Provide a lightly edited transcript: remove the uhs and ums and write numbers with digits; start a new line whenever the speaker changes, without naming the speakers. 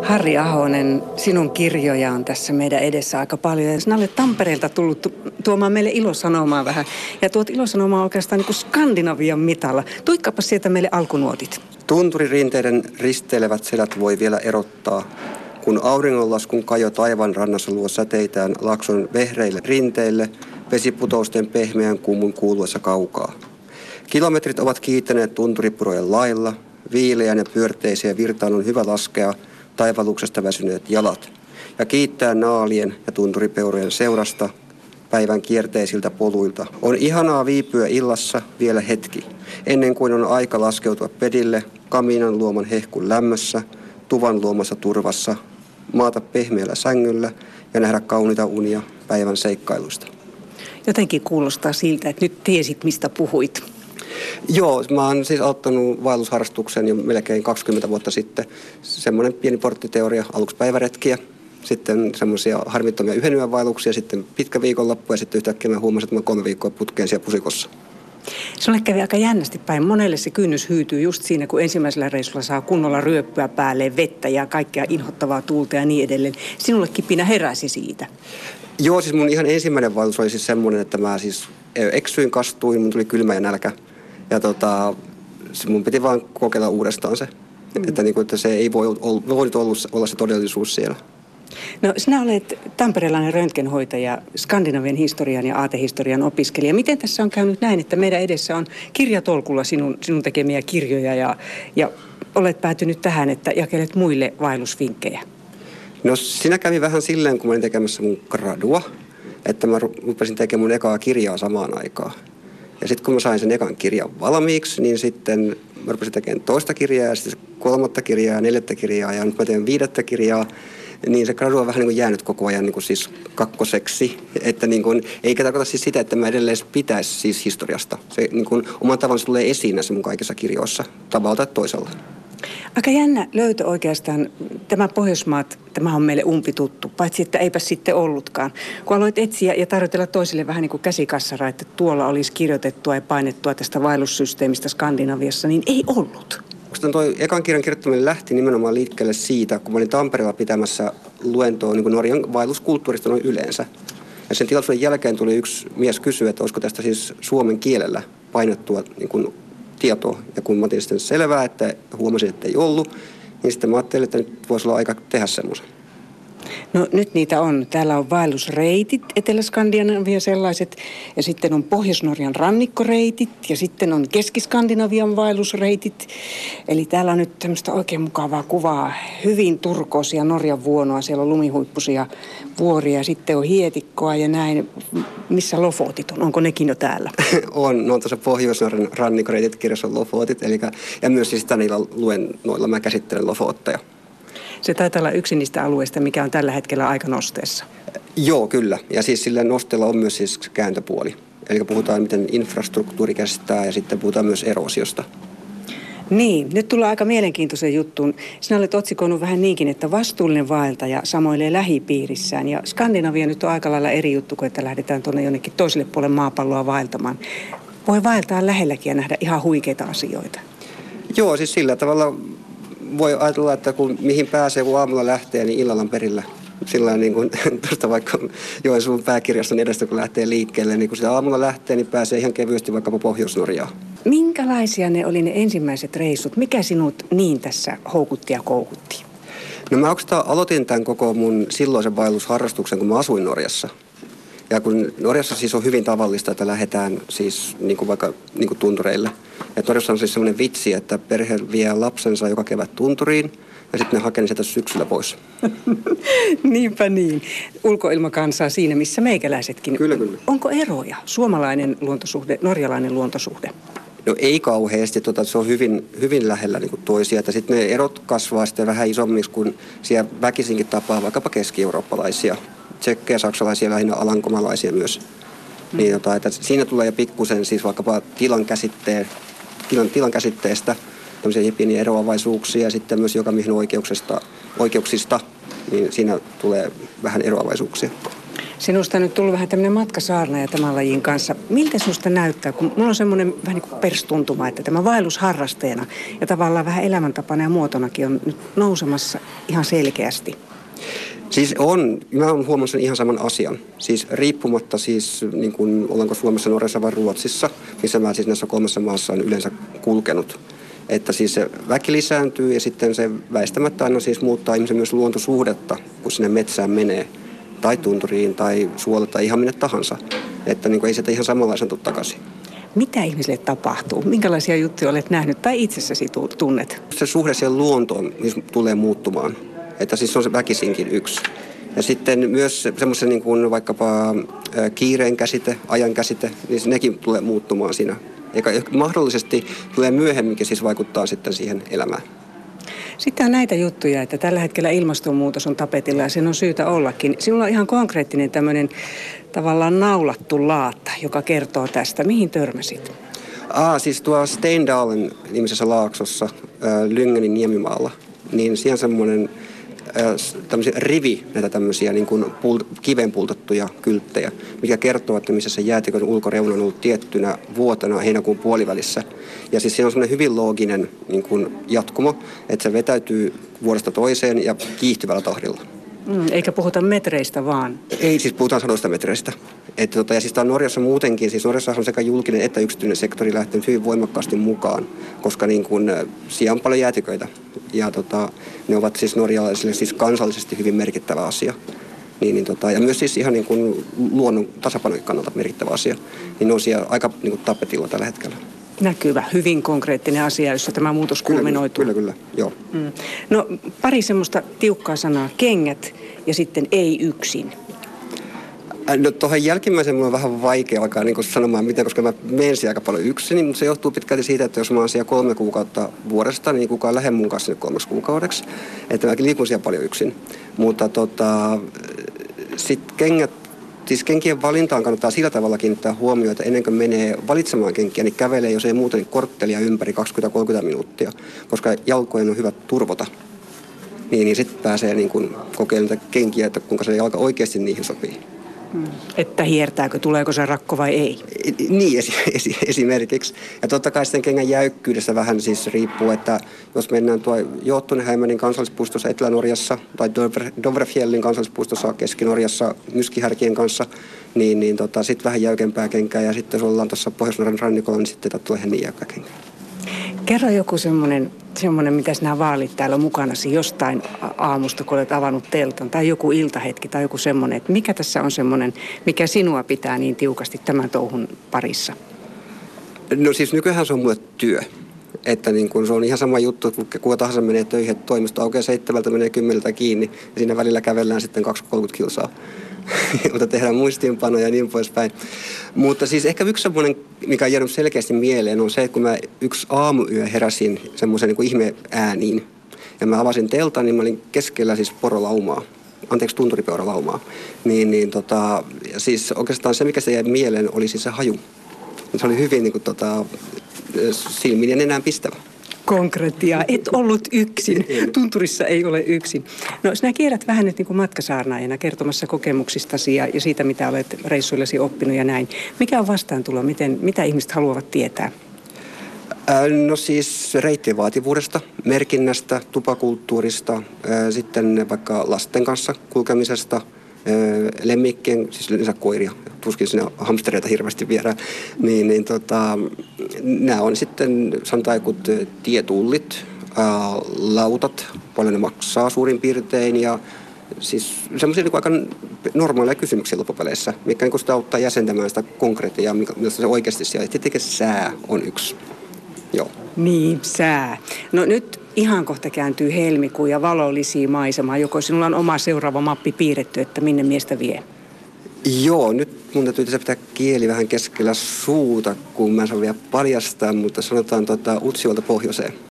Harri Ahonen, sinun kirjoja on tässä meidän edessä aika paljon. Ja sinä olet Tampereelta tullut tuomaan meille ilosanomaa vähän. Ja tuot ilosanomaa oikeastaan niin kuin Skandinavian mitalla. Tuikkaapa sieltä meille alkunuotit.
Tunturirinteiden risteilevät selät voi vielä erottaa. Kun auringonlaskun kajo taivan rannassa luo säteitään Laakson vehreille rinteille, vesiputousten pehmeän kumun kuuluessa kaukaa. Kilometrit ovat kiittäneet tunturipurojen lailla. Viileän ja pyörteisiä virtaan on hyvä laskea taivaluksesta väsyneet jalat ja kiittää naalien ja tunturipeurojen seurasta päivän kierteisiltä poluilta. On ihanaa viipyä illassa vielä hetki, ennen kuin on aika laskeutua pedille, kamiinan luoman hehkun lämmössä, tuvan luomassa turvassa, maata pehmeällä sängyllä ja nähdä kauniita unia päivän seikkailusta.
Jotenkin kuulostaa siltä, että nyt tiesit, mistä puhuit.
Joo, mä oon siis aloittanut vaellusharrastuksen jo melkein 20 vuotta sitten. Semmoinen pieni porttiteoria, aluksi päiväretkiä, sitten semmoisia harmittomia yhden yön vaelluksia, sitten pitkä viikonloppu ja sitten yhtäkkiä mä huomasin, että mä 3 viikkoa putkeen siellä pusikossa.
Sulle kävi aika jännästi päin. Monelle se kynnys hyytyy just siinä, kun ensimmäisellä reissulla saa kunnolla ryöppyä päälleen, vettä ja kaikkea inhottavaa tuulta ja niin edelleen. Sinulle kipinä heräsi siitä.
Joo, siis mun ihan ensimmäinen vaellus oli siis semmoinen, että mä siis eksyin, kastuin, mun tuli kylmä ja nälkä. Ja mun piti vaan kokeilla uudestaan se, että se ei voinut olla se todellisuus siellä.
No sinä olet tamperelainen röntgenhoitaja, Skandinavian historian ja aatehistorian opiskelija. Miten tässä on käynyt näin, että meidän edessä on kirjatolkulla sinun tekemiä kirjoja ja olet päätynyt tähän, että jakelet muille vaellusvinkkejä?
No siinä kävi vähän silleen, kun mä olin tekemässä mun gradua, että mä rupesin tekemään mun ekaa kirjaa samaan aikaan. Ja sitten kun mä sain sen ekan kirjan valmiiksi, niin sitten mä rupesin tekemään toista kirjaa ja sitten 3. kirjaa ja 4. kirjaa ja nyt mä teen 5. kirjaa. Niin se gradu on vähän niin kuin jäänyt koko ajan niin kuin siis kakkoseksi. Että niin kuin, eikä tarkoita siis sitä, että mä edelleen pitäisi siis historiasta. Se niin kuin oman tavallaan tulee esiin näissä mun kaikissa kirjoissa tavalla tai toisella.
Aika jännä löytö oikeastaan. Tämä Pohjoismaat, tämä on meille umpituttu, paitsi että eipä sitten ollutkaan. Kun aloit etsiä ja tarjotella toisille vähän niin kuin käsikassara, että tuolla olisi kirjoitettua ja painettua tästä vaellussysteemistä Skandinaviassa, niin ei ollut.
Toi ekan kirjan kirjoittaminen lähti nimenomaan liikkeelle siitä, kun mä olin Tampereella pitämässä luentoa niin kuin Norjan vaelluskulttuurista noin yleensä. Ja sen tilaisuuden jälkeen tuli yksi mies kysyä, että olisiko tästä siis suomen kielellä painettua niin kuin tietoa. Ja kun mä otin sitten selvää, että huomasin, että ei ollut, niin sitten mä ajattelin, että nyt voisi olla aika tehdä semmoisen.
No nyt niitä on. Täällä on vaellusreitit, Etelä-Skandinavian sellaiset, ja sitten on Pohjois-Norjan rannikkoreitit, ja sitten on Keski-Skandinavian vaellusreitit. Eli täällä on nyt tämmöistä oikein mukavaa kuvaa, hyvin turkoosia Norjan vuonoa, siellä on lumihuippuisia vuoria, sitten on hietikkoa ja näin. Missä Lofotit on? Onko nekin jo täällä?
On, no tuossa Pohjois-Norjan rannikkoreitit kirjassa on Lofotit, ja myös siis niillä luennoilla mä käsittelen Lofotteja.
Se taitaa olla yksi niistä alueista, mikä on tällä hetkellä aika nosteessa.
Joo, kyllä. Ja siis sillä nosteella on myös siis kääntöpuoli. Eli puhutaan, miten infrastruktuuri kestää ja sitten puhutaan myös eroosiosta.
Niin, nyt tullaan aika mielenkiintoiseen juttuun. Sinä olet otsikoinut vähän niinkin, että vastuullinen vaeltaja samoilee lähipiirissään. Ja Skandinavia nyt on aika lailla eri juttu, kun että lähdetään tuonne jonnekin toiselle puolelle maapalloa vaeltamaan. Voi vaeltaa lähelläkin ja nähdä ihan huikeita asioita.
Joo, siis sillä tavalla voi ajatella, että mihin pääsee, kun aamulla lähtee, niin illalla on perillä. Sillä niin kuin tuosta vaikka Joensuun pääkirjaston edestä, kun lähtee liikkeelle, niin kun sitä aamulla lähtee, niin pääsee ihan kevyesti vaikkapa Pohjois-Norjaan. Minkälaisia
ne oli ne ensimmäiset reissut? Mikä sinut niin tässä houkutti ja koukutti?
No mä oikeastaan aloitin tämän koko mun silloisen vaellusharrastuksen, kun mä asuin Norjassa. Ja kun Norjassa siis on hyvin tavallista, että lähdetään siis niin kuin vaikka niin kuin tuntureille. Ja Norjassa on siis sellainen vitsi, että perhe vie lapsensa joka kevät tunturiin ja sitten ne hakee sieltä syksyllä pois.
Niinpä niin. Ulkoilmakansaa siinä, missä meikäläisetkin.
Kyllä, kyllä.
Onko eroja? Suomalainen luontosuhde, norjalainen luontosuhde?
No ei kauheasti. Se on hyvin lähellä niin kuin toisia. Sitten ne erot kasvaa sitten vähän isommiksi, kun siellä väkisinkin tapaa vaikkapa keski-eurooppalaisia. Tsekkejä, saksalaisia, lähinnä alankomalaisia myös. Niin, että siinä tulee jo pikkusen siis vaikkapa tilan käsitteestä tämmöisiä pieniä eroavaisuuksia ja sitten myös jokamiehen oikeuksista, niin siinä tulee vähän eroavaisuuksia.
Sinusta on nyt tullut vähän tämmöinen matkasaarnaaja tämän lajin kanssa. Miltä sinusta näyttää, kun mulla on semmoinen vähän niin kuin perstuntuma, että tämä vaellusharrasteena ja tavallaan vähän elämäntapana ja muotonakin on nyt nousemassa ihan selkeästi.
Siis mä oon huomannut sen ihan saman asian. Siis riippumatta siis, niin kuin, ollaanko Suomessa, Norjassa vai Ruotsissa, missä mä siis näissä 3 maassa on yleensä kulkenut. Että siis se väki lisääntyy ja sitten se väistämättä aina siis muuttaa ihmisen myös luontosuhdetta, kun sinne metsään menee. Tai tunturiin tai suolle tai ihan minne tahansa. Että niin kuin ei sitä ihan samanlaisen tule takaisin.
Mitä ihmisille tapahtuu? Minkälaisia juttuja olet nähnyt tai itsessäsi tunnet?
Se suhde siihen luontoon tulee muuttumaan. Että siis se on se väkisinkin yksi. Ja sitten myös semmoisen niin kuin vaikkapa kiireen käsite, ajan käsite, niin nekin tulee muuttumaan siinä. Eikä mahdollisesti tulee myöhemminkin siis vaikuttaa sitten siihen elämään.
Sitten on näitä juttuja, että tällä hetkellä ilmastonmuutos on tapetilla ja sen on syytä ollakin. Sinulla on ihan konkreettinen tämmöinen tavallaan naulattu laatta, joka kertoo tästä. Mihin törmäsit?
Siis tuo Steindalen nimisessä laaksossa Lyngenin niemimaalla, niin siellä on semmoinen rivi näitä tämmöisiä niin kuin kiven pultattuja kylttejä, mikä kertoo, että missä se jäätikön ulkoreuna on ollut tiettynä vuotena heinäkuun puolivälissä. Ja siis siinä on semmoinen hyvin looginen niin kuin jatkumo, että se vetäytyy vuodesta toiseen ja kiihtyvällä tahdilla.
Eikä puhuta metreistä vaan.
Ei, siis puhutaan 100 metreistä. Ja siis tämä on Norjassa muutenkin, siis Norjassa on sekä julkinen että yksityinen sektori lähtenyt hyvin voimakkaasti mukaan, koska niin kuin, siellä on paljon jäätiköitä ja ne ovat siis norjalaisille siis kansallisesti hyvin merkittävä asia. Ja myös siis ihan niin kuin luonnon tasapainon kannalta merkittävä asia, niin ne on siellä aika niin kuin tapetilla tällä hetkellä.
Näkyvä, hyvin konkreettinen asia, jossa tämä muutos kulminoituu.
Kyllä, joo.
No pari semmoista tiukkaa sanaa, kengät ja sitten ei yksin.
No tuohon jälkimmäiseen mulla on vähän vaikea alkaa niin sanomaan miten, koska mä menen siellä aika paljon yksin, mutta se johtuu pitkälti siitä, että jos mä oon siellä 3 kuukautta vuodesta, niin kukaan lähde mun kanssa 3 kuukaudeksi. Että mäkin liikun siellä paljon yksin. Mutta sitten kengät, siis kenkien valintaan kannattaa sillä tavalla kiinnittää huomioon, että ennen kuin menee valitsemaan kenkiä, niin kävelee, jos ei muuten, niin korttelia ympäri 20-30 minuuttia, koska jalkojen on hyvä turvota. Niin sitten pääsee niin kun kokeilemaan kenkiä, että kuinka se jalka oikeasti niihin sopii.
Että hiertääkö, tuleeko se rakko vai ei?
Niin, esimerkiksi. Ja totta kai sitten kengän jäykkyydestä vähän siis riippuu, että jos mennään tuo Jotunheimenin kansallispuistossa Etelä-Norjassa tai Dovrefjellin kansallispuistossa Keski-Norjassa myskihärkien kanssa, niin sitten vähän jäykempää kenkää ja sitten jos ollaan tuossa Pohjois-Norjan rannikolla, niin sitten tulee ihan niin jäykkä kenkää.
Kerro joku semmoinen, mitä sinä vaalit täällä mukanasi jostain aamusta, kun olet avannut teltan, tai joku iltahetki, tai joku semmoinen, että mikä tässä on semmoinen, mikä sinua pitää niin tiukasti tämän touhun parissa?
No siis nykyään se on mulle työ. Että niin kun se on ihan sama juttu, kun kuka tahansa menee töihin, että toimisto aukeaa 7, menee 10 kiinni, ja siinä välillä kävellään sitten 20-30 kilsaa. Mutta tehdään muistiinpanoja ja niin poispäin. Mutta siis ehkä yksi semmoinen, mikä on jäänyt selkeästi mieleen, on se, että kun mä yksi aamuyö heräsin semmoisen niin kuin ihme-ääniin, ja mä avasin teltan, niin mä olin keskellä siis tunturipeuralaumaa. Siis oikeastaan se, mikä se jäi mieleen, oli siis se haju. Se oli hyvin niin kuin, silmin ja nenään pistävä.
Konkretiaa. Et ollut yksin. Tunturissa ei ole yksin. No sinä kierrät vähän nyt niin kuin matkasaarnaajana kertomassa kokemuksistasi ja siitä, mitä olet reissuillasi oppinut ja näin. Mikä on vastaantulo? Mitä ihmiset haluavat tietää?
No siis reittien vaativuudesta, merkinnästä, tupakulttuurista, sitten vaikka lasten kanssa kulkemisesta, lemmikkien, siis yleensä koiria, tuskin sinne hamstereita hirveästi viedään, nämä on sitten sanotaan joku tietullit, lautat, paljon ne maksaa suurin piirtein ja siis semmoisia niin aika normaaleja kysymyksiä loppupeleissä, mikä niin sitä auttaa jäsentämään sitä konkreettia, mitä se oikeasti siellä. Tietenkin sää on yksi. Joo.
Niin, sää. No nyt ihan kohta kääntyy helmikuu ja valolisia maisemaa. Joko sinulla on oma seuraava mappi piirretty, että minne miestä vie?
Joo, nyt mun täytyy tässä pitää kieli vähän keskellä suuta, kun mä en saa vielä paljastaa, mutta sanotaan Utsjoelta pohjoiseen.